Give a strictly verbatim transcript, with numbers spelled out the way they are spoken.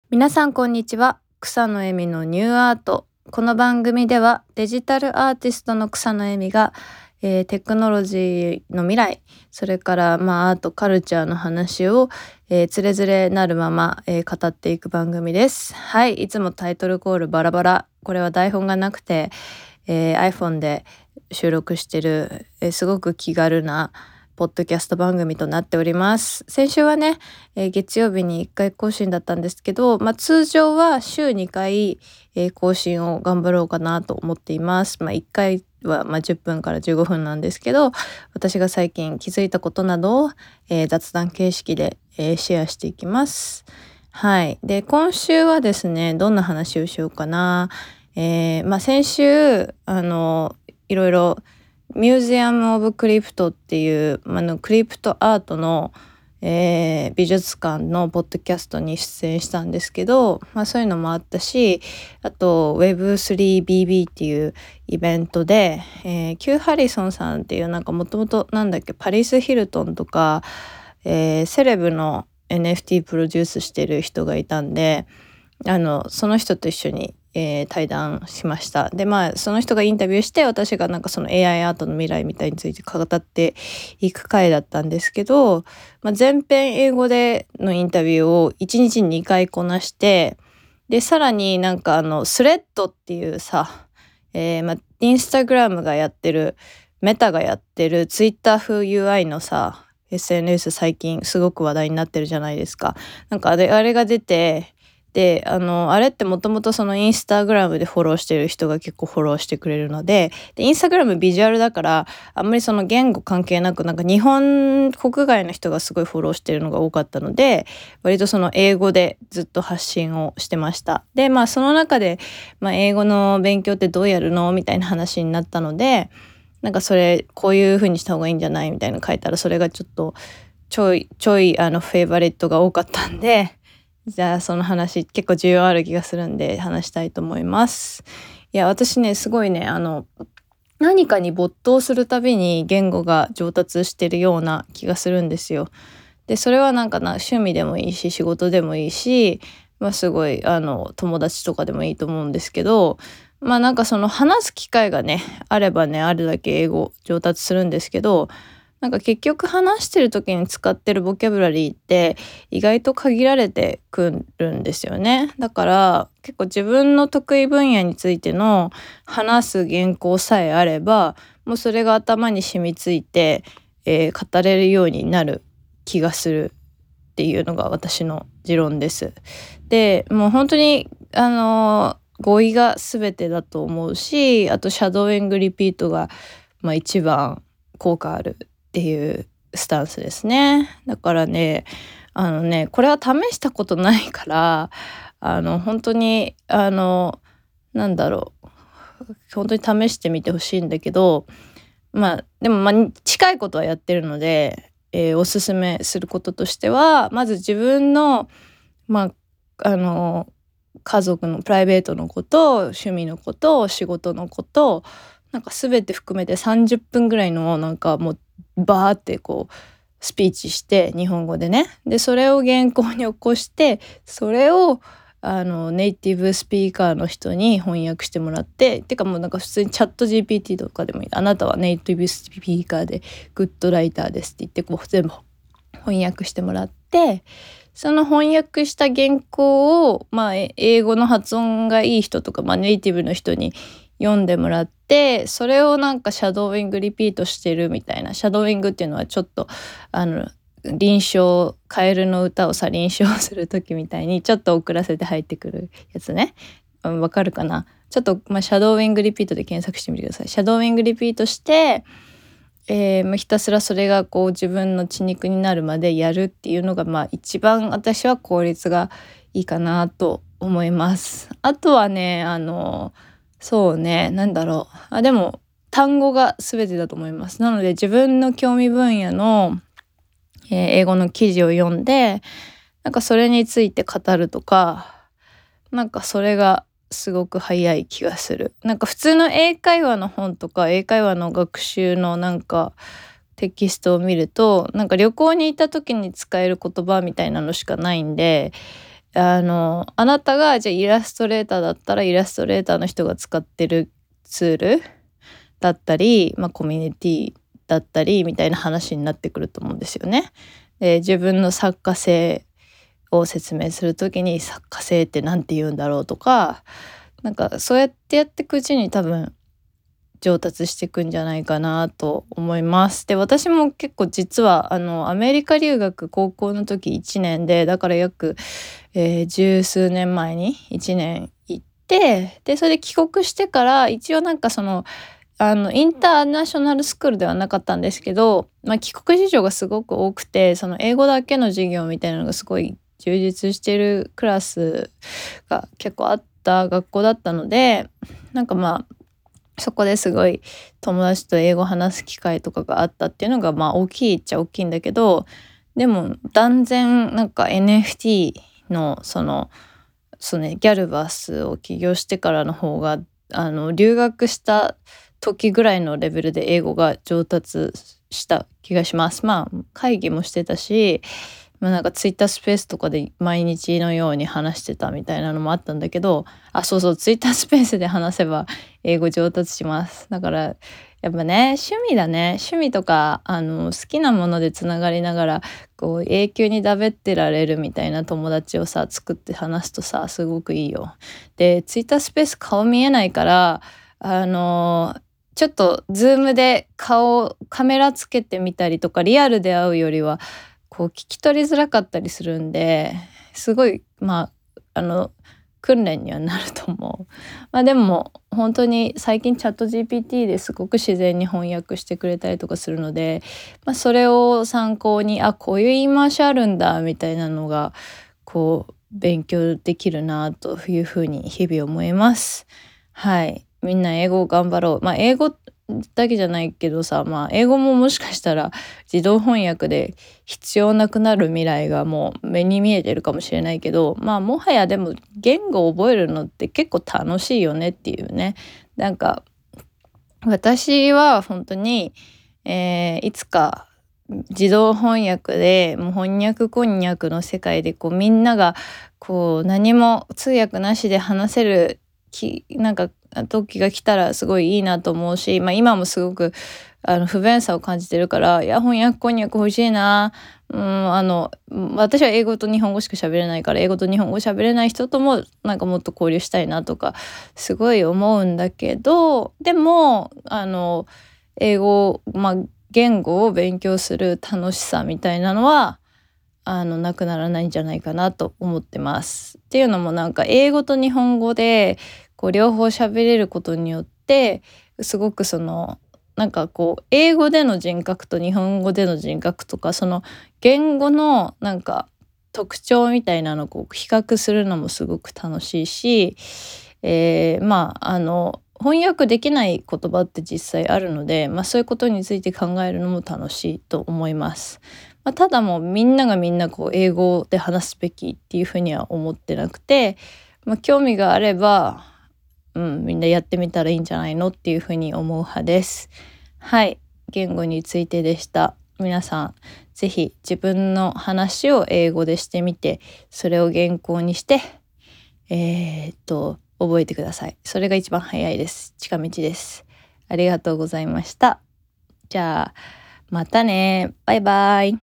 皆さんこんにちは。草野恵美のニューアート。この番組ではデジタルアーティストの草野恵美が、えーテクノロジーの未来、それからまあアートカルチャーの話を、えー、つれづれなるまま、えー語っていく番組です。はい、いつもタイトルコールバラバラ。これは台本がなくて、えー iPhone で収録してる、えーすごく気軽なポッドキャスト番組となっております。先週はね、えー月曜日にいっかい更新だったんですけど、まあ、通常は週にかい、えー更新を頑張ろうかなと思っています。まあ、いっかいはまあじゅっぷんからじゅうごふんなんですけど、私が最近気づいたことなどを、えー雑談形式で、えーシェアしていきます。はい。で、今週はですね、どんな話をしようかな。えーまあ、先週、あの、いろいろミュージアム・オブ・クリプトっていう、あのクリプトアートの、えー美術館のポッドキャストに出演したんですけど、まあ、そういうのもあったし、あと ウェブスリービービー っていうイベントで、えー、キュー・ハリソンさんっていうなんかもともとなんだっけパリス・ヒルトンとか、えーセレブの エヌエフティー プロデュースしてる人がいたんで、あのその人と一緒に、えー対談しました。でまあその人がインタビューして、私がなんかその エーアイ アイアートの未来みたいについて語っていく回だったんですけど、まあ、全編英語でのインタビューをいちにちににかいこなして、でさらになんかあのスレッドっていうさ、えーまあ、インスタグラムがやってる、メタがやってるツイッター風 ユーアイ のさ エスエヌエス、最近すごく話題になってるじゃないですか。なんかあれあれが出て、であのあれってもともとそのインスタグラムでフォローしてる人が結構フォローしてくれるので、でインスタグラムビジュアルだから、あんまりその言語関係なく、なんか日本国外の人がすごいフォローしてるのが多かったので、割とその英語でずっと発信をしてました。でまあその中で、まあ、英語の勉強ってどうやるのみたいな話になったので、なんかそれこういう風にした方がいいんじゃないみたいなの書いたら、それがちょっとちょいちょいあのフェイバリットが多かったんで、じゃあその話結構重要ある気がするんで話したいと思います。いや私ねすごいね、あの何かに没頭するたびに言語が上達してるような気がするんですよ。でそれはなんかな、趣味でもいいし仕事でもいいし、まあ、すごいあの友達とかでもいいと思うんですけど、まあなんかその話す機会がねあればねあるだけ英語上達するんですけど、なんか結局話してる時に使ってるボキャブラリーって意外と限られてくるんですよね。だから結構自分の得意分野についての話す原稿さえあれば、もうそれが頭に染みついて、えー語れるようになる気がするっていうのが私の持論です。でもう本当にあの語彙が全てだと思うし、あとシャドーイングリピートが、まあ、一番効果あるっていうスタンスですね。だからね、あのねこれは試したことないから、あの本当にあのなんだろう本当に試してみてほしいんだけど、まあでもまあ近いことはやってるので、えーおすすめすることとしては、まず自分のまああの家族のプライベートのこと、趣味のこと、仕事のこと、なんか全て含めてさんじゅっぷんぐらいのなんかもうバーってこうスピーチして、日本語でね、でそれを原稿に起こして、それをあのネイティブスピーカーの人に翻訳してもらって、てかもうなんか普通にチャット ジーピーティー とかでもいい、あなたはネイティブスピーカーでグッドライターですって言って、こう全部翻訳してもらって、その翻訳した原稿を、まあ、え英語の発音がいい人とか、まあ、ネイティブの人に読んでもらって、それをなんかシャドーイングリピートしてるみたいな。シャドーイングっていうのはちょっとあの臨床、カエルの歌をさ臨床する時みたいにちょっと遅らせて入ってくるやつね。わ、うん、かるかな。ちょっと、まあ、シャドーイングリピートで検索してみてください。シャドーイングリピートして、えーまあひたすらそれがこう自分の血肉になるまでやるっていうのが、まあ一番私は効率がいいかなと思います。あとはね、あのそうね、なんだろう、あでも単語が全てだと思います。なので自分の興味分野の、えー英語の記事を読んで、なんかそれについて語るとか、なんかそれがすごく早い気がする。なんか普通の英会話の本とか英会話の学習のなんかテキストを見ると、なんか旅行に行った時に使える言葉みたいなのしかないんで、 あのあなたがじゃあイラストレーターだったらイラストレーターの人が使ってるツールだったり、まあ、コミュニティだったりみたいな話になってくると思うんですよね。で自分の作家性を説明するときに作家性って何て言うんだろうとか、なんかそうやってやっていくうちに多分上達していくんじゃないかなと思います。で私も結構実はあのアメリカ留学高校の時いちねんで、だから約、えー、十数年前にいちねん行って、でそれで帰国してから一応なんかそのあのインターナショナルスクールではなかったんですけど、まあ、帰国事情がすごく多くて、その英語だけの授業みたいなのがすごい充実してるクラスが結構あった学校だったので、なんかまあそこですごい友達と英語を話す機会とかがあったっていうのがまあ大きいっちゃ大きいんだけど、でも断然なんか エヌエフティー のそのそうねギャルバスを起業してからの方があの留学した時ぐらいのレベルで英語が上達した気がします。まあ会議もしてたし、まあ、なんかツイッタースペースとかで毎日のように話してたみたいなのもあったんだけど、あ、そうそう、ツイッタースペースで話せば英語上達します。だからやっぱね、趣味だね。趣味とかあの好きなものでつながりながらこう永久にだべってられるみたいな友達をさ作って話すとさすごくいいよ。でツイッタースペース顔見えないからあのちょっとズームで顔カメラつけてみたりとかリアルで会うよりはこう聞き取りづらかったりするんで、すごいまああの訓練にはなると思う。まあでも本当に最近チャット ジーピーティー ですごく自然に翻訳してくれたりとかするので、まあ、それを参考にあこういう言い回しあるんだみたいなのがこう勉強できるなというふうに日々思います。はい、みんな英語頑張ろう。まあ英語だけじゃないけどさ、まあ英語ももしかしたら自動翻訳で必要なくなる未来がもう目に見えてるかもしれないけど、まあもはやでも言語を覚えるのって結構楽しいよねっていうね。なんか私は本当に、えーいつか自動翻訳でもう翻訳こんにゃくの世界でこうみんながこう何も通訳なしで話せるきなんか時が来たらすごいいいなと思うし、まあ、今もすごくあの不便さを感じてるからいや翻訳こんにゃく欲しいな、うん、あの私は英語と日本語しか喋れないから英語と日本語喋れない人ともなんかもっと交流したいなとかすごい思うんだけど、でもあの英語まあ言語を勉強する楽しさみたいなのはあのなくならないんじゃないかなと思ってます。っていうのもなんか英語と日本語でこう両方喋れることによってすごくそのなんかこう英語での人格と日本語での人格とかその言語のなんか特徴みたいなのをこう比較するのもすごく楽しいし、えー、まああの翻訳できない言葉って実際あるので、まあ、そういうことについて考えるのも楽しいと思います。まあ、ただもうみんながみんなこう英語で話すべきっていうふうには思ってなくて、まあ、興味があれば、うん、みんなやってみたらいいんじゃないのっていうふうに思う派です。はい、言語についてでした。皆さんぜひ自分の話を英語でしてみて、それを原稿にしてえー、っと覚えてください。それが一番早いです。近道です。ありがとうございました。じゃあまたね。バイバイ。